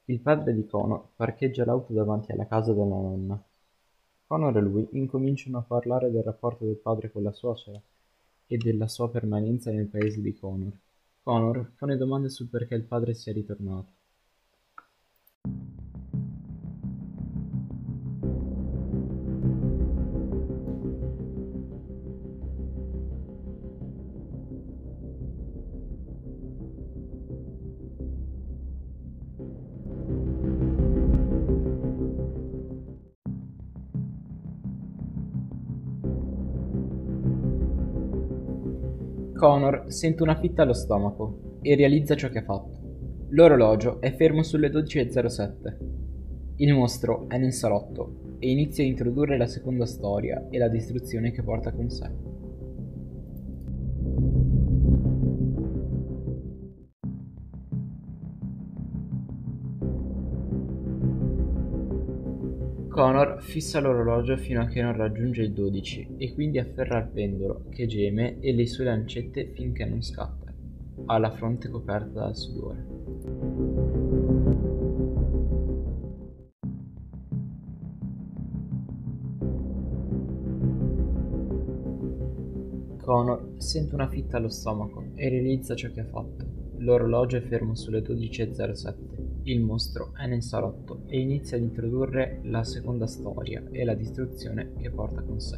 Il padre di Connor parcheggia l'auto davanti alla casa della nonna. Connor e lui incominciano a parlare del rapporto del padre con la suocera e della sua permanenza nel paese di Connor. Connor pone domande sul perché il padre sia ritornato. Connor sente una fitta allo stomaco e realizza ciò che ha fatto. L'orologio è fermo sulle 12:07. Il mostro è nel salotto e inizia a introdurre la seconda storia e la distruzione che porta con sé. Connor fissa l'orologio fino a che non raggiunge il 12 e quindi afferra il pendolo, che geme, e le sue lancette finché non scatta. Ha la fronte coperta dal sudore. Connor sente una fitta allo stomaco e realizza ciò che ha fatto. L'orologio è fermo sulle 12:07. Il mostro è nel salotto e inizia ad introdurre la seconda storia e la distruzione che porta con sé.